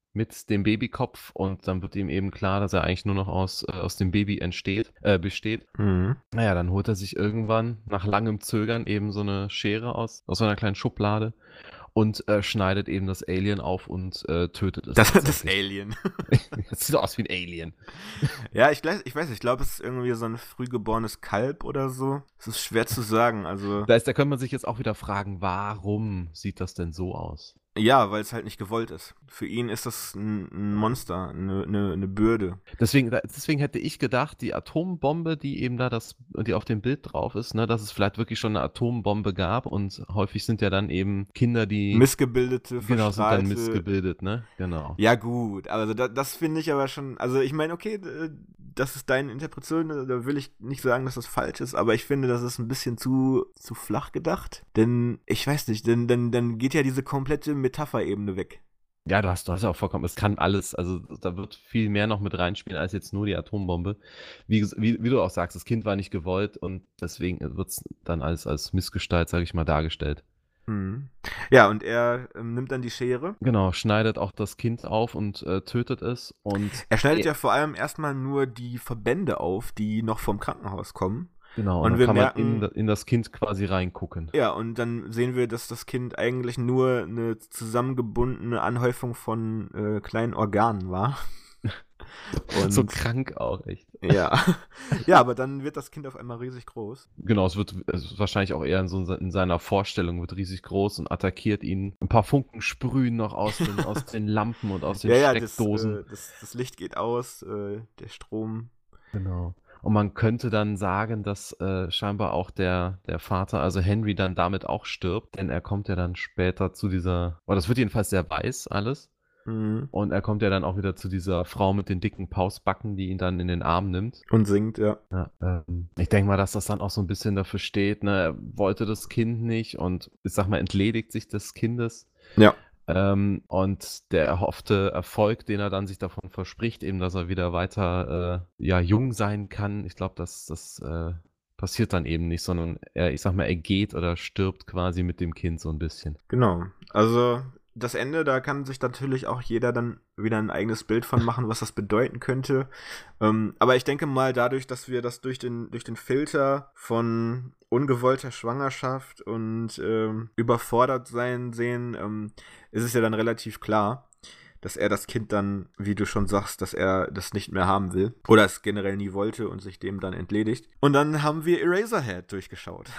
mit dem Babykopf und dann wird ihm eben klar, dass er eigentlich nur noch aus dem Baby besteht. Mhm. Naja, dann holt er sich irgendwann nach langem Zögern eben so eine Schere aus so einer kleinen Schublade und schneidet eben das Alien auf und tötet es Das tatsächlich. Alien. Das sieht aus wie ein Alien. Ja, ich weiß nicht, ich glaube, es ist irgendwie so ein frühgeborenes Kalb oder so. Es ist schwer zu sagen, also. Da könnte man sich jetzt auch wieder fragen, warum sieht das denn so aus? Ja, weil es halt nicht gewollt ist. Für ihn ist das ein Monster, eine Bürde. Deswegen hätte ich gedacht, die Atombombe, die eben die auf dem Bild drauf ist, ne, dass es vielleicht wirklich schon eine Atombombe gab und häufig sind ja dann eben Kinder, die Missgebildete, genau sind dann verstrahlte. missgebildet, ne? Genau. Ja, gut, also das finde ich aber schon. Also, ich meine, okay, das ist deine Interpretation, da will ich nicht sagen, dass das falsch ist, aber ich finde, das ist ein bisschen zu flach gedacht. Denn, ich weiß nicht, dann geht ja diese komplette Metapherebene weg. Ja, du hast ja auch vollkommen, es kann alles, also da wird viel mehr noch mit reinspielen als jetzt nur die Atombombe. Wie du auch sagst, das Kind war nicht gewollt und deswegen wird es dann als Missgestalt, sage ich mal, dargestellt. Mhm. Ja, und er nimmt dann die Schere. Genau, schneidet auch das Kind auf und tötet es und Er schneidet ja vor allem erstmal nur die Verbände auf, die noch vom Krankenhaus kommen. genau, Und dann wir kann man merken, in das Kind quasi reingucken. ja, und dann sehen wir, dass das Kind eigentlich nur eine zusammengebundene Anhäufung von kleinen Organen war. Und So krank auch, echt. ja. Ja, aber dann wird das Kind auf einmal riesig groß. Genau, es ist wahrscheinlich auch eher in seiner Vorstellung, wird riesig groß und attackiert ihn. Ein paar Funken sprühen noch aus den Lampen und aus den Ja, Steckdosen. das Licht geht aus, der Strom. Genau. Und man könnte dann sagen, dass scheinbar auch der Vater, also Henry, dann damit auch stirbt, denn er kommt ja dann später oder das wird jedenfalls sehr weiß alles. Mhm. Und er kommt ja dann auch wieder zu dieser Frau mit den dicken Pausbacken, die ihn dann in den Arm nimmt. Und singt, ja. Ja, ich denke mal, dass das dann auch so ein bisschen dafür steht, ne, er wollte das Kind nicht und ich sag mal, entledigt sich des Kindes. Ja. Und der erhoffte Erfolg, den er dann sich davon verspricht, eben, dass er wieder weiter jung sein kann, ich glaube, das passiert dann eben nicht, sondern ich sag mal, er geht oder stirbt quasi mit dem Kind so ein bisschen. Genau. Also das Ende, da kann sich natürlich auch jeder dann wieder ein eigenes Bild von machen, was das bedeuten könnte. Aber ich denke mal, dadurch, dass wir das durch den Filter von ungewollter Schwangerschaft und überfordert sein sehen, ist es ja dann relativ klar, dass er das Kind dann, wie du schon sagst, dass er das nicht mehr haben will. Oder es generell nie wollte und sich dem dann entledigt. Und dann haben wir Eraserhead durchgeschaut.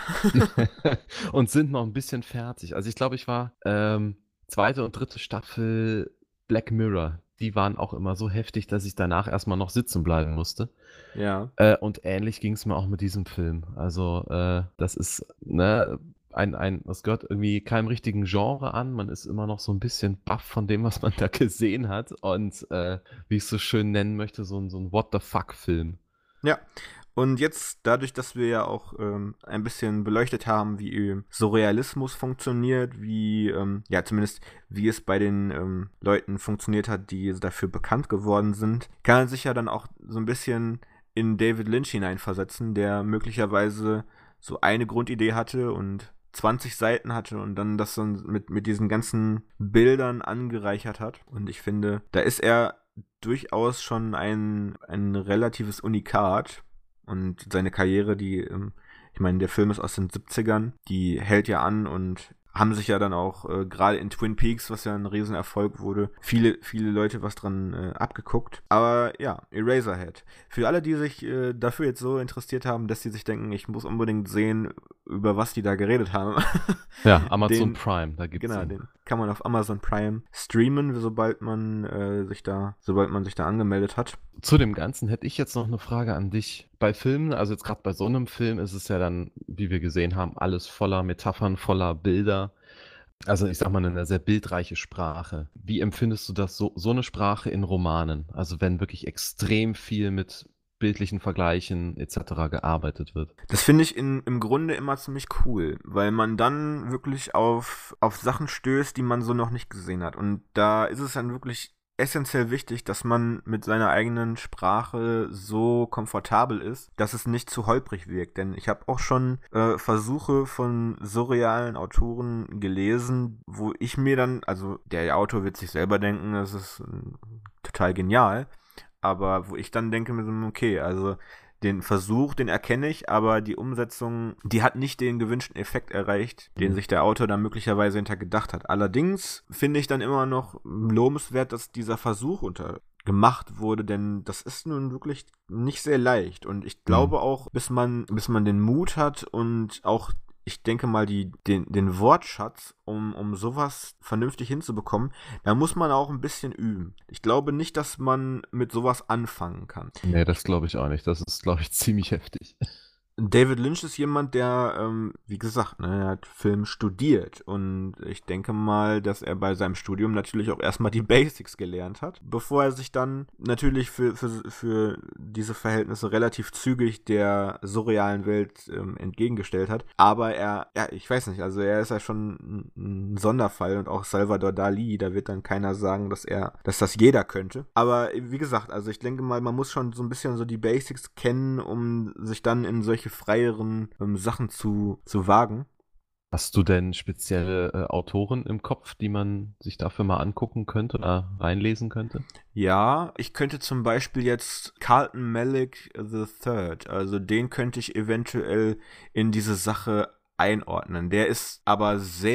Und sind noch ein bisschen fertig. Also ich glaube, ich war zweite und dritte Staffel Black Mirror. Die waren auch immer so heftig, dass ich danach erstmal noch sitzen bleiben musste. Ja. Und ähnlich ging es mir auch mit diesem Film. Also das ist, ne, das gehört irgendwie keinem richtigen Genre an. Man ist immer noch so ein bisschen baff von dem, was man da gesehen hat. Und wie ich es so schön nennen möchte, so ein What the fuck-Film. Ja. Und jetzt, dadurch, dass wir ja auch ein bisschen beleuchtet haben, wie Surrealismus funktioniert, ja, zumindest wie es bei den Leuten funktioniert hat, die dafür bekannt geworden sind, kann man sich ja dann auch so ein bisschen in David Lynch hineinversetzen, der möglicherweise so eine Grundidee hatte und 20 Seiten hatte und dann das so mit diesen ganzen Bildern angereichert hat. Und ich finde, da ist er durchaus schon ein relatives Unikat. Und seine Karriere, ich meine, der Film ist aus den 70ern, die hält ja an und haben sich ja dann auch gerade in Twin Peaks, was ja ein Riesenerfolg wurde, viele Leute was dran abgeguckt. Aber ja, Eraserhead. Für alle, die sich dafür jetzt so interessiert haben, dass sie sich denken, ich muss unbedingt sehen, über was die da geredet haben. Ja, Amazon Prime, da gibt's Genau, ihn. den kann man auf Amazon Prime streamen, sobald man sich da angemeldet hat. Zu dem Ganzen hätte ich jetzt noch eine Frage an dich. Bei Filmen, also jetzt gerade bei so einem Film, ist es ja dann, wie wir gesehen haben, alles voller Metaphern, voller Bilder. Also ich sag mal, eine sehr bildreiche Sprache. Wie empfindest du das, so eine Sprache in Romanen? Also wenn wirklich extrem viel mit bildlichen Vergleichen etc. gearbeitet wird. Das finde ich im Grunde immer ziemlich cool, weil man dann wirklich auf Sachen stößt, die man so noch nicht gesehen hat. Und da ist es dann wirklich essentiell wichtig, dass man mit seiner eigenen Sprache so komfortabel ist, dass es nicht zu holprig wirkt. Denn ich habe auch schon Versuche von surrealen Autoren gelesen, wo ich mir dann, also der Autor wird sich selber denken, das ist total genial, aber wo ich dann denke mir so, okay, also den Versuch, den erkenne ich, aber die Umsetzung, die hat nicht den gewünschten Effekt erreicht, den sich der Autor da möglicherweise hinter gedacht hat. Allerdings finde ich dann immer noch lobenswert, dass dieser Versuch gemacht wurde, denn das ist nun wirklich nicht sehr leicht. Und ich glaube auch, bis man den Mut hat und auch, ich denke mal, den Wortschatz, um sowas vernünftig hinzubekommen, da muss man auch ein bisschen üben. Ich glaube nicht, dass man mit sowas anfangen kann. Nee, das glaube ich auch nicht. Das ist, glaube ich, ziemlich heftig. David Lynch ist jemand, der, wie gesagt, er hat Film studiert und ich denke mal, dass er bei seinem Studium natürlich auch erstmal die Basics gelernt hat, bevor er sich dann natürlich für diese Verhältnisse relativ zügig der surrealen Welt entgegengestellt hat. Aber ich weiß nicht, also er ist ja schon ein Sonderfall und auch Salvador Dali, da wird dann keiner sagen, dass das jeder könnte. Aber wie gesagt, also ich denke mal, man muss schon so ein bisschen so die Basics kennen, um sich dann in solche freieren Sachen zu wagen. Hast du denn spezielle Autoren im Kopf, die man sich dafür mal angucken könnte oder reinlesen könnte? Ja, ich könnte zum Beispiel jetzt Carlton Malick III, also den könnte ich eventuell in diese Sache einordnen. Der ist aber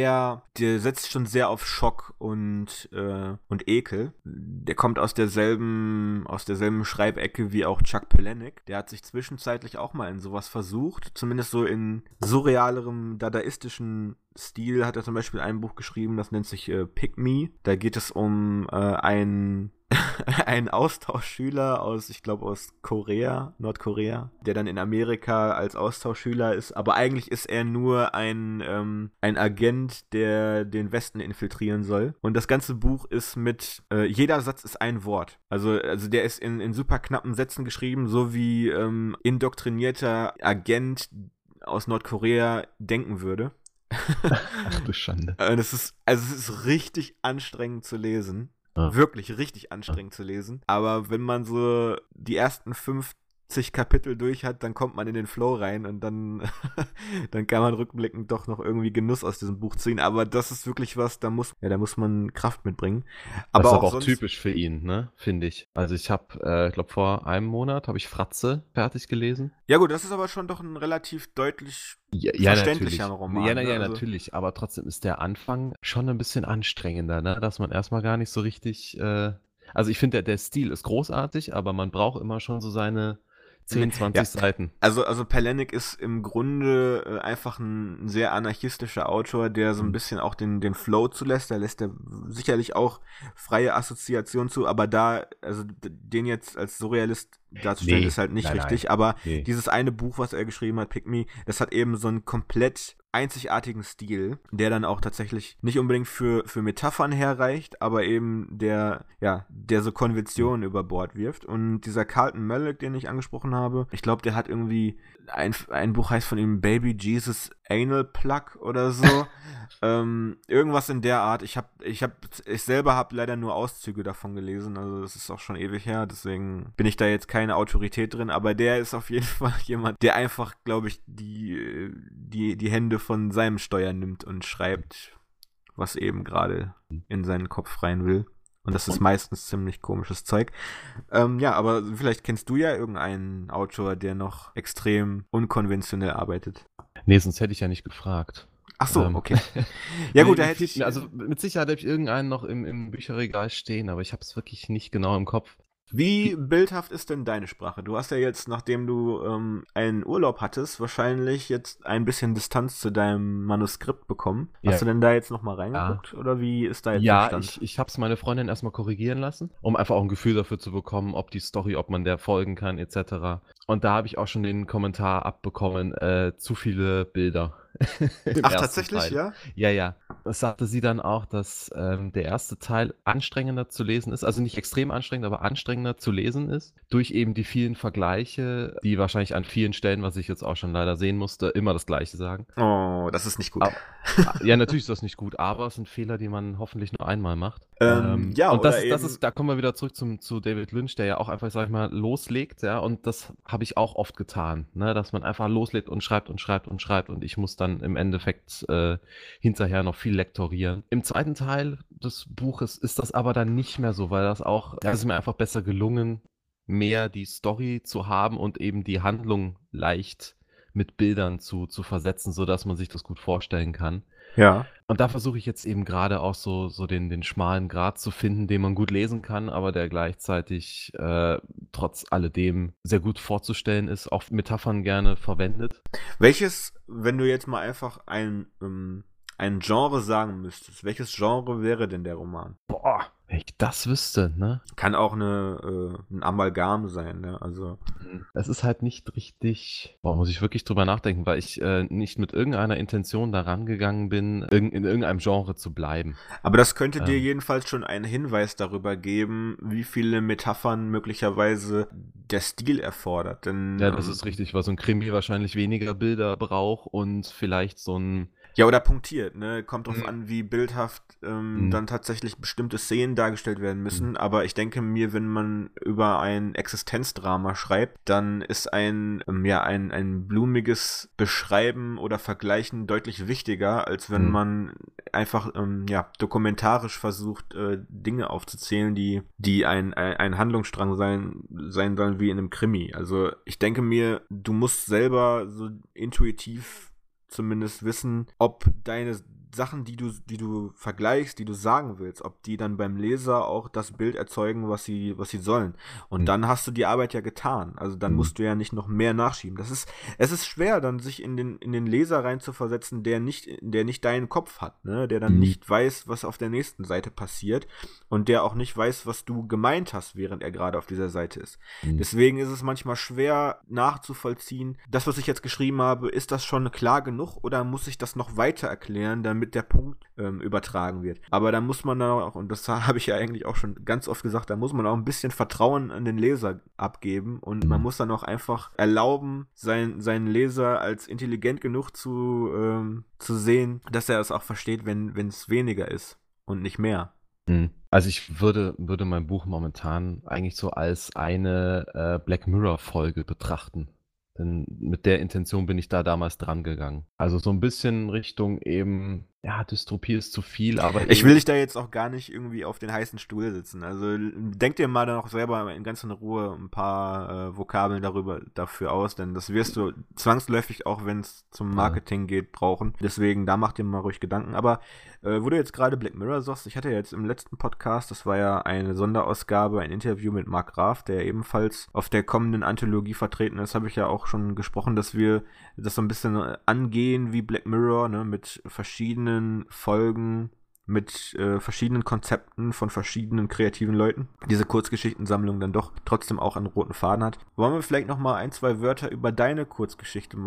der setzt schon sehr auf Schock und Ekel. Der kommt aus derselben Schreibecke wie auch Chuck Palahniuk. Der hat sich zwischenzeitlich auch mal in sowas versucht, zumindest so in surrealerem, dadaistischen Stil hat er zum Beispiel ein Buch geschrieben, das nennt sich Pick Me. Da geht es um einen Austauschschüler ich glaube aus Nordkorea, der dann in Amerika als Austauschschüler ist, aber eigentlich ist er nur ein Agent, der den Westen infiltrieren soll. Und das ganze Buch ist jeder Satz ist ein Wort. Also der ist in super knappen Sätzen geschrieben, so wie indoktrinierter Agent aus Nordkorea denken würde. Ach du Schande. Es ist richtig anstrengend zu lesen. Ja. Wirklich richtig anstrengend zu lesen. Aber wenn man so die ersten 50 Kapitel durch hat, dann kommt man in den Flow rein und dann kann man rückblickend doch noch irgendwie Genuss aus diesem Buch ziehen. Aber das ist wirklich was, da muss man Kraft mitbringen. Das ist aber auch typisch für ihn, ne? Finde ich. Also ich habe, ich glaube vor einem Monat habe ich Fratze fertig gelesen. Ja gut, das ist aber schon doch ein relativ deutlich verständlicher Roman. Ja, natürlich. Aber trotzdem ist der Anfang schon ein bisschen anstrengender, ne? Dass man erstmal gar nicht so richtig, also ich finde, der Stil ist großartig, aber man braucht immer schon so seine 10, 20 Seiten. Also Palahniuk ist im Grunde einfach ein sehr anarchistischer Autor, der so ein bisschen auch den Flow zulässt. Da lässt er sicherlich auch freie Assoziationen zu, aber den jetzt als Surrealist darzustellen, ist halt nicht richtig. Nein. Aber dieses eine Buch, was er geschrieben hat, Pick Me, das hat eben so einen komplett einzigartigen Stil, der dann auch tatsächlich nicht unbedingt für Metaphern herreicht, aber eben der so Konventionen über Bord wirft. Und dieser Carlton Malick, den ich angesprochen habe, ich glaube, der hat irgendwie ein Buch heißt von ihm Baby Jesus Anal Plug oder so. Irgendwas in der Art. Ich selber habe leider nur Auszüge davon gelesen, also das ist auch schon ewig her, deswegen bin ich da jetzt keine Autorität drin, aber der ist auf jeden Fall jemand, der einfach, glaube ich, die Hände von seinem Steuer nimmt und schreibt, was eben gerade in seinen Kopf rein will. Und das ist meistens ziemlich komisches Zeug. Aber vielleicht kennst du ja irgendeinen Autor, der noch extrem unkonventionell arbeitet. Nee, sonst hätte ich ja nicht gefragt. Ach so, okay. Ja gut, da hätte ich... Also mit Sicherheit habe ich irgendeinen noch im Bücherregal stehen, aber ich habe es wirklich nicht genau im Kopf. Wie bildhaft ist denn deine Sprache? Du hast ja jetzt, nachdem du einen Urlaub hattest, wahrscheinlich jetzt ein bisschen Distanz zu deinem Manuskript bekommen. Hast du denn da jetzt nochmal reingeguckt? Ja. Oder wie ist da jetzt der Stand? Ja, ich habe es meine Freundin erstmal korrigieren lassen, um einfach auch ein Gefühl dafür zu bekommen, ob man der folgen kann, etc. Und da habe ich auch schon den Kommentar abbekommen, zu viele Bilder. Ach, tatsächlich, Teil. ja? Ja. das sagte sie dann auch, dass, der erste Teil anstrengender zu lesen ist, also nicht extrem anstrengend, aber anstrengender zu lesen ist, durch eben die vielen Vergleiche, die wahrscheinlich an vielen Stellen, was ich jetzt auch schon leider sehen musste, immer das Gleiche sagen. Oh, das ist nicht gut. Ja, natürlich ist das nicht gut, aber es sind Fehler, die man hoffentlich nur einmal macht. Ja, Und oder das eben. ist, da kommen wir wieder zurück zu David Lynch, der ja auch einfach, sag ich mal, loslegt, ja, und das habe ich auch oft getan, ne, dass man einfach loslegt und schreibt und schreibt und schreibt und ich muss dann im Endeffekt hinterher noch viel lektorieren. Im zweiten Teil des Buches ist das aber dann nicht mehr so, weil das auch, da ist es mir einfach besser gelungen, mehr die Story zu haben und eben die Handlung leicht mit Bildern zu versetzen, sodass man sich das gut vorstellen kann. Ja. Und da versuche ich jetzt eben gerade auch so den schmalen Grat zu finden, den man gut lesen kann, aber der gleichzeitig trotz alledem sehr gut vorzustellen ist, auch Metaphern gerne verwendet. Welches, wenn du jetzt mal einfach ein Genre sagen müsstest, welches Genre wäre denn der Roman? Boah, wenn ich das wüsste, ne? Kann auch ein Amalgam sein, ne? Also. Es ist halt nicht richtig, boah, muss ich wirklich drüber nachdenken, weil ich nicht mit irgendeiner Intention da rangegangen bin, in irgendeinem Genre zu bleiben. Aber das könnte dir jedenfalls schon einen Hinweis darüber geben, wie viele Metaphern möglicherweise der Stil erfordert. Denn, Ja, das ist richtig, weil so ein Krimi wahrscheinlich weniger Bilder braucht und vielleicht so ein. Ja, oder punktiert, ne? Kommt drauf an, wie bildhaft dann tatsächlich bestimmte Szenen dargestellt werden müssen. Aber ich denke mir, wenn man über ein Existenzdrama schreibt, dann ist ein blumiges Beschreiben oder Vergleichen deutlich wichtiger, als wenn man einfach dokumentarisch versucht, Dinge aufzuzählen, die ein Handlungsstrang sein sollen wie in einem Krimi. Also ich denke mir, du musst selber so intuitiv zumindest wissen, ob deine Sachen, die du vergleichst, die du sagen willst, ob die dann beim Leser auch das Bild erzeugen, was sie sollen. Und dann hast du die Arbeit ja getan. Also dann musst du ja nicht noch mehr nachschieben. Es ist schwer, dann sich in den Leser reinzuversetzen, der nicht deinen Kopf hat, ne? Der dann nicht weiß, was auf der nächsten Seite passiert und der auch nicht weiß, was du gemeint hast, während er gerade auf dieser Seite ist. Deswegen ist es manchmal schwer nachzuvollziehen, das, was ich jetzt geschrieben habe, ist das schon klar genug oder muss ich das noch weiter erklären, damit der Punkt übertragen wird. Aber da muss man dann auch, und das habe ich ja eigentlich auch schon ganz oft gesagt, da muss man auch ein bisschen Vertrauen an den Leser abgeben und man muss dann auch einfach erlauben, seinen Leser als intelligent genug zu sehen, dass er es auch versteht, wenn es weniger ist und nicht mehr. Also ich würde mein Buch momentan eigentlich so als eine Black Mirror-Folge betrachten. Denn mit der Intention bin ich da damals dran gegangen. Also so ein bisschen Richtung eben, ja, Dystopie ist zu viel, aber Ich will dich da jetzt auch gar nicht irgendwie auf den heißen Stuhl sitzen. Also denk dir mal dann auch selber in ganz in Ruhe ein paar Vokabeln dafür aus, denn das wirst du zwangsläufig, auch wenn es zum Marketing geht, brauchen. Deswegen, da mach dir mal ruhig Gedanken. Aber wo du jetzt gerade Black Mirror sagst, ich hatte ja jetzt im letzten Podcast, das war ja eine Sonderausgabe, ein Interview mit Mark Graf, der ebenfalls auf der kommenden Anthologie vertreten ist, habe ich ja auch schon gesprochen, dass wir das so ein bisschen angehen wie Black Mirror, ne, mit verschiedenen Folgen, mit verschiedenen Konzepten von verschiedenen kreativen Leuten. Diese Kurzgeschichtensammlung dann doch trotzdem auch einen roten Faden hat. Wollen wir vielleicht noch mal ein, zwei Wörter über deine Kurzgeschichte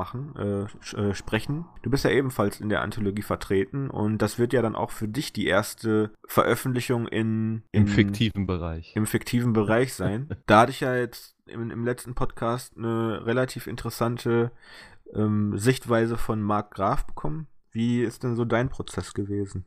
sprechen? Du bist ja ebenfalls in der Anthologie vertreten und das wird ja dann auch für dich die erste Veröffentlichung im fiktiven Bereich. Im fiktiven Bereich sein. Da hatte ich ja jetzt im letzten Podcast eine relativ interessante Sichtweise von Mark Graf bekommen. Wie ist denn so dein Prozess gewesen?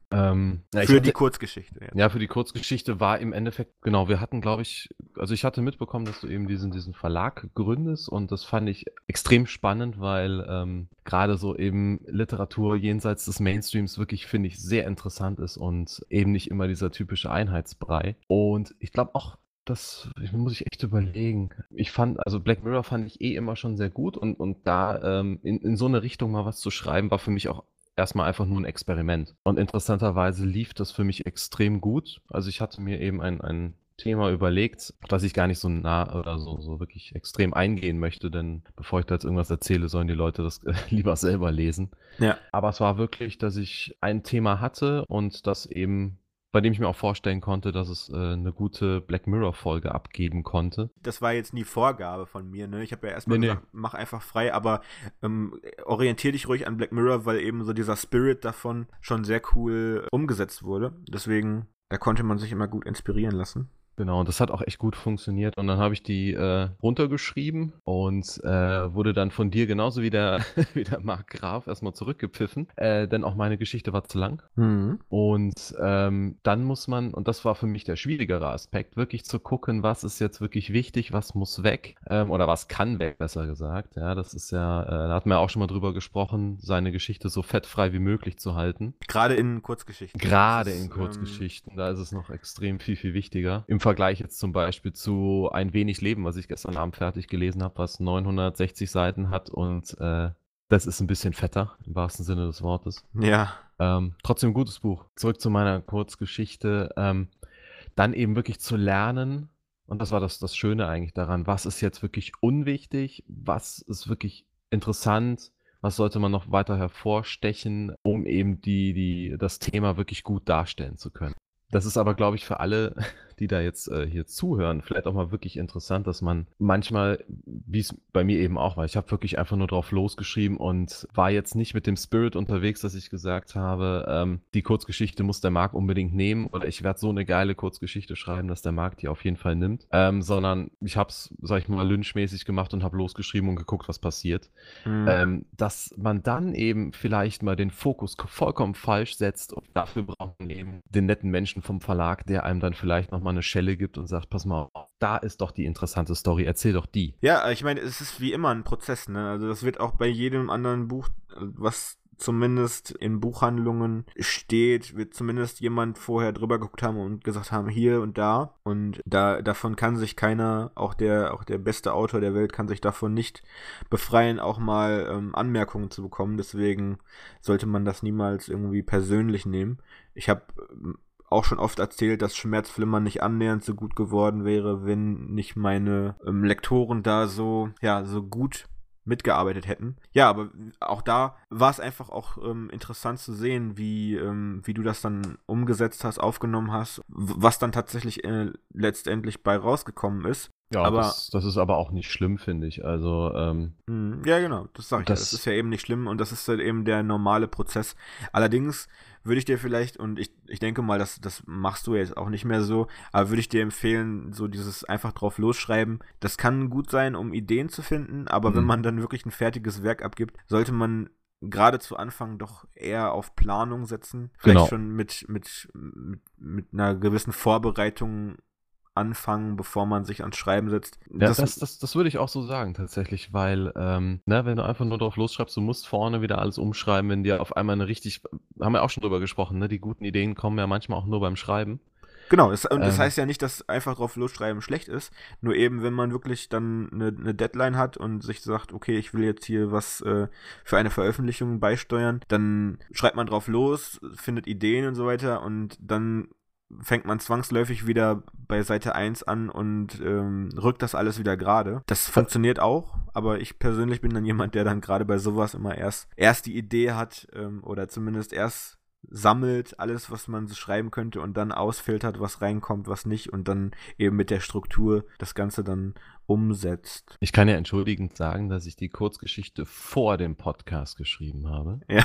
Die Kurzgeschichte. Jetzt. Ja, für die Kurzgeschichte war im Endeffekt, genau, wir hatten, glaube ich, also ich hatte mitbekommen, dass du eben diesen Verlag gründest und das fand ich extrem spannend, weil gerade so eben Literatur jenseits des Mainstreams wirklich, finde ich, sehr interessant ist und eben nicht immer dieser typische Einheitsbrei. Und ich glaube auch, das muss ich echt überlegen. Also Black Mirror fand ich immer schon sehr gut und da in so eine Richtung mal was zu schreiben, war für mich auch erstmal einfach nur ein Experiment. Und interessanterweise lief das für mich extrem gut. Also ich hatte mir eben ein Thema überlegt, auf das ich gar nicht so nah oder so wirklich extrem eingehen möchte, denn bevor ich da jetzt irgendwas erzähle, sollen die Leute das lieber selber lesen. Ja. Aber es war wirklich, dass ich ein Thema hatte und das eben bei dem ich mir auch vorstellen konnte, dass es eine gute Black Mirror-Folge abgeben konnte. Das war jetzt nie Vorgabe von mir, ne? Ich habe ja erstmal Nee. gesagt, mach einfach frei, aber orientier dich ruhig an Black Mirror, weil eben so dieser Spirit davon schon sehr cool umgesetzt wurde. Deswegen, da konnte man sich immer gut inspirieren lassen. Genau, und das hat auch echt gut funktioniert. Und dann habe ich die runtergeschrieben und wurde dann von dir genauso wie der, wie der Marc Graf erstmal zurückgepfiffen, denn auch meine Geschichte war zu lang. Und dann muss man, und das war für mich der schwierigere Aspekt, wirklich zu gucken, was ist jetzt wirklich wichtig, was muss weg, oder was kann weg, besser gesagt. Ja, das ist ja, da hatten wir auch schon mal drüber gesprochen, seine Geschichte so fettfrei wie möglich zu halten. Gerade in Kurzgeschichten. Gerade in Kurzgeschichten, da ist es noch extrem viel, viel wichtiger. Im Vergleich jetzt zum Beispiel zu Ein wenig Leben, was ich gestern Abend fertig gelesen habe, was 960 Seiten hat und das ist ein bisschen fetter, im wahrsten Sinne des Wortes. Ja. Trotzdem ein gutes Buch. Zurück zu meiner Kurzgeschichte. Dann eben wirklich zu lernen, und das war das Schöne eigentlich daran, was ist jetzt wirklich unwichtig, was ist wirklich interessant, was sollte man noch weiter hervorstechen, um eben das Thema wirklich gut darstellen zu können. Das ist aber, glaube ich, für alle, die da jetzt hier zuhören, vielleicht auch mal wirklich interessant, dass man manchmal, wie es bei mir eben auch war, ich habe wirklich einfach nur drauf losgeschrieben und war jetzt nicht mit dem Spirit unterwegs, dass ich gesagt habe, die Kurzgeschichte muss der Marc unbedingt nehmen oder ich werde so eine geile Kurzgeschichte schreiben, dass der Marc die auf jeden Fall nimmt, sondern ich habe es, sag ich mal, lynchmäßig gemacht und habe losgeschrieben und geguckt, was passiert. Dass man dann eben vielleicht mal den Fokus vollkommen falsch setzt und dafür braucht man eben den netten Menschen vom Verlag, der einem dann vielleicht nochmal eine Schelle gibt und sagt, pass mal auf, da ist doch die interessante Story, erzähl doch die. Ja, ich meine, es ist wie immer ein Prozess, ne? Also das wird auch bei jedem anderen Buch, was zumindest in Buchhandlungen steht, wird zumindest jemand vorher drüber geguckt haben und gesagt haben, hier und da. Und davon kann sich keiner, auch der beste Autor der Welt, kann sich davon nicht befreien, auch mal Anmerkungen zu bekommen. Deswegen sollte man das niemals irgendwie persönlich nehmen. Ich habe auch schon oft erzählt, dass Schmerzflimmern nicht annähernd so gut geworden wäre, wenn nicht meine Lektoren da so gut mitgearbeitet hätten. Ja, aber auch da war es einfach auch interessant zu sehen, wie du das dann umgesetzt hast, aufgenommen hast, was dann tatsächlich letztendlich bei rausgekommen ist. Ja, aber das ist aber auch nicht schlimm, finde ich. Also, ja, genau, das sage ich ja. Das ist ja eben nicht schlimm und das ist halt eben der normale Prozess. Allerdings würde ich dir vielleicht, und ich denke mal, das machst du jetzt auch nicht mehr so, aber würde ich dir empfehlen, so dieses einfach drauf losschreiben, das kann gut sein, um Ideen zu finden, aber wenn man dann wirklich ein fertiges Werk abgibt, sollte man gerade zu Anfang doch eher auf Planung setzen. Vielleicht schon mit einer gewissen Vorbereitung anfangen, bevor man sich ans Schreiben setzt. Ja, das würde ich auch so sagen, tatsächlich, weil, wenn du einfach nur drauf losschreibst, du musst vorne wieder alles umschreiben, wenn dir auf einmal haben wir auch schon drüber gesprochen, ne? Die guten Ideen kommen ja manchmal auch nur beim Schreiben. Genau, das heißt ja nicht, dass einfach drauf losschreiben schlecht ist, nur eben, wenn man wirklich dann eine Deadline hat und sich sagt, okay, ich will jetzt hier was für eine Veröffentlichung beisteuern, dann schreibt man drauf los, findet Ideen und so weiter und dann fängt man zwangsläufig wieder bei Seite 1 an und rückt das alles wieder gerade. Das funktioniert auch, aber ich persönlich bin dann jemand, der dann gerade bei sowas immer erst die Idee hat oder zumindest erst sammelt alles, was man so schreiben könnte und dann ausfiltert, was reinkommt, was nicht und dann eben mit der Struktur das Ganze dann umsetzt. Ich kann ja entschuldigend sagen, dass ich die Kurzgeschichte vor dem Podcast geschrieben habe. Ja.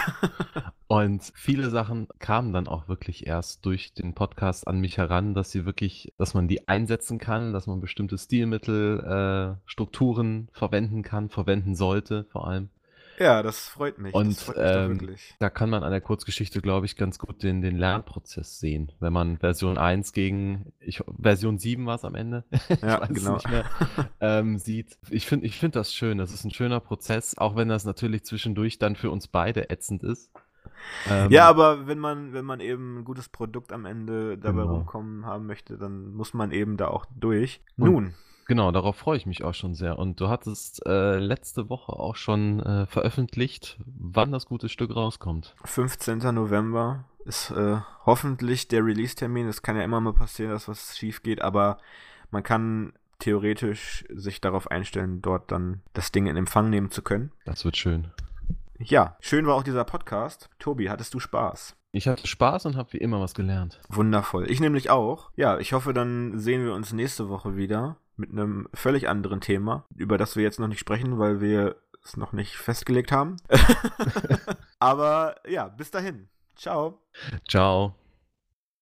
Und viele Sachen kamen dann auch wirklich erst durch den Podcast an mich heran, dass man die einsetzen kann, dass man bestimmte Stilmittel, Strukturen verwenden sollte, vor allem. Ja, das freut mich. Und das freut mich doch wirklich. Da kann man an der Kurzgeschichte, glaube ich, ganz gut den Lernprozess sehen. Wenn man Version 1 Version 7 war es am Ende, Ja, ich weiß genau. es nicht mehr, sieht. Ich find das schön. Das ist ein schöner Prozess, auch wenn das natürlich zwischendurch dann für uns beide ätzend ist. Ja, aber wenn man eben ein gutes Produkt am Ende dabei Genau. rumkommen haben möchte, dann muss man eben da auch durch. Und Nun. Genau, darauf freue ich mich auch schon sehr. Und du hattest letzte Woche auch schon veröffentlicht, wann das gute Stück rauskommt. 15. November ist hoffentlich der Release-Termin. Es kann ja immer mal passieren, dass was schief geht, aber man kann theoretisch sich darauf einstellen, dort dann das Ding in Empfang nehmen zu können. Das wird schön. Ja, schön war auch dieser Podcast. Tobi, hattest du Spaß? Ich hatte Spaß und habe wie immer was gelernt. Wundervoll. Ich nämlich auch. Ja, ich hoffe, dann sehen wir uns nächste Woche wieder mit einem völlig anderen Thema, über das wir jetzt noch nicht sprechen, weil wir es noch nicht festgelegt haben. Aber ja, bis dahin. Ciao. Ciao.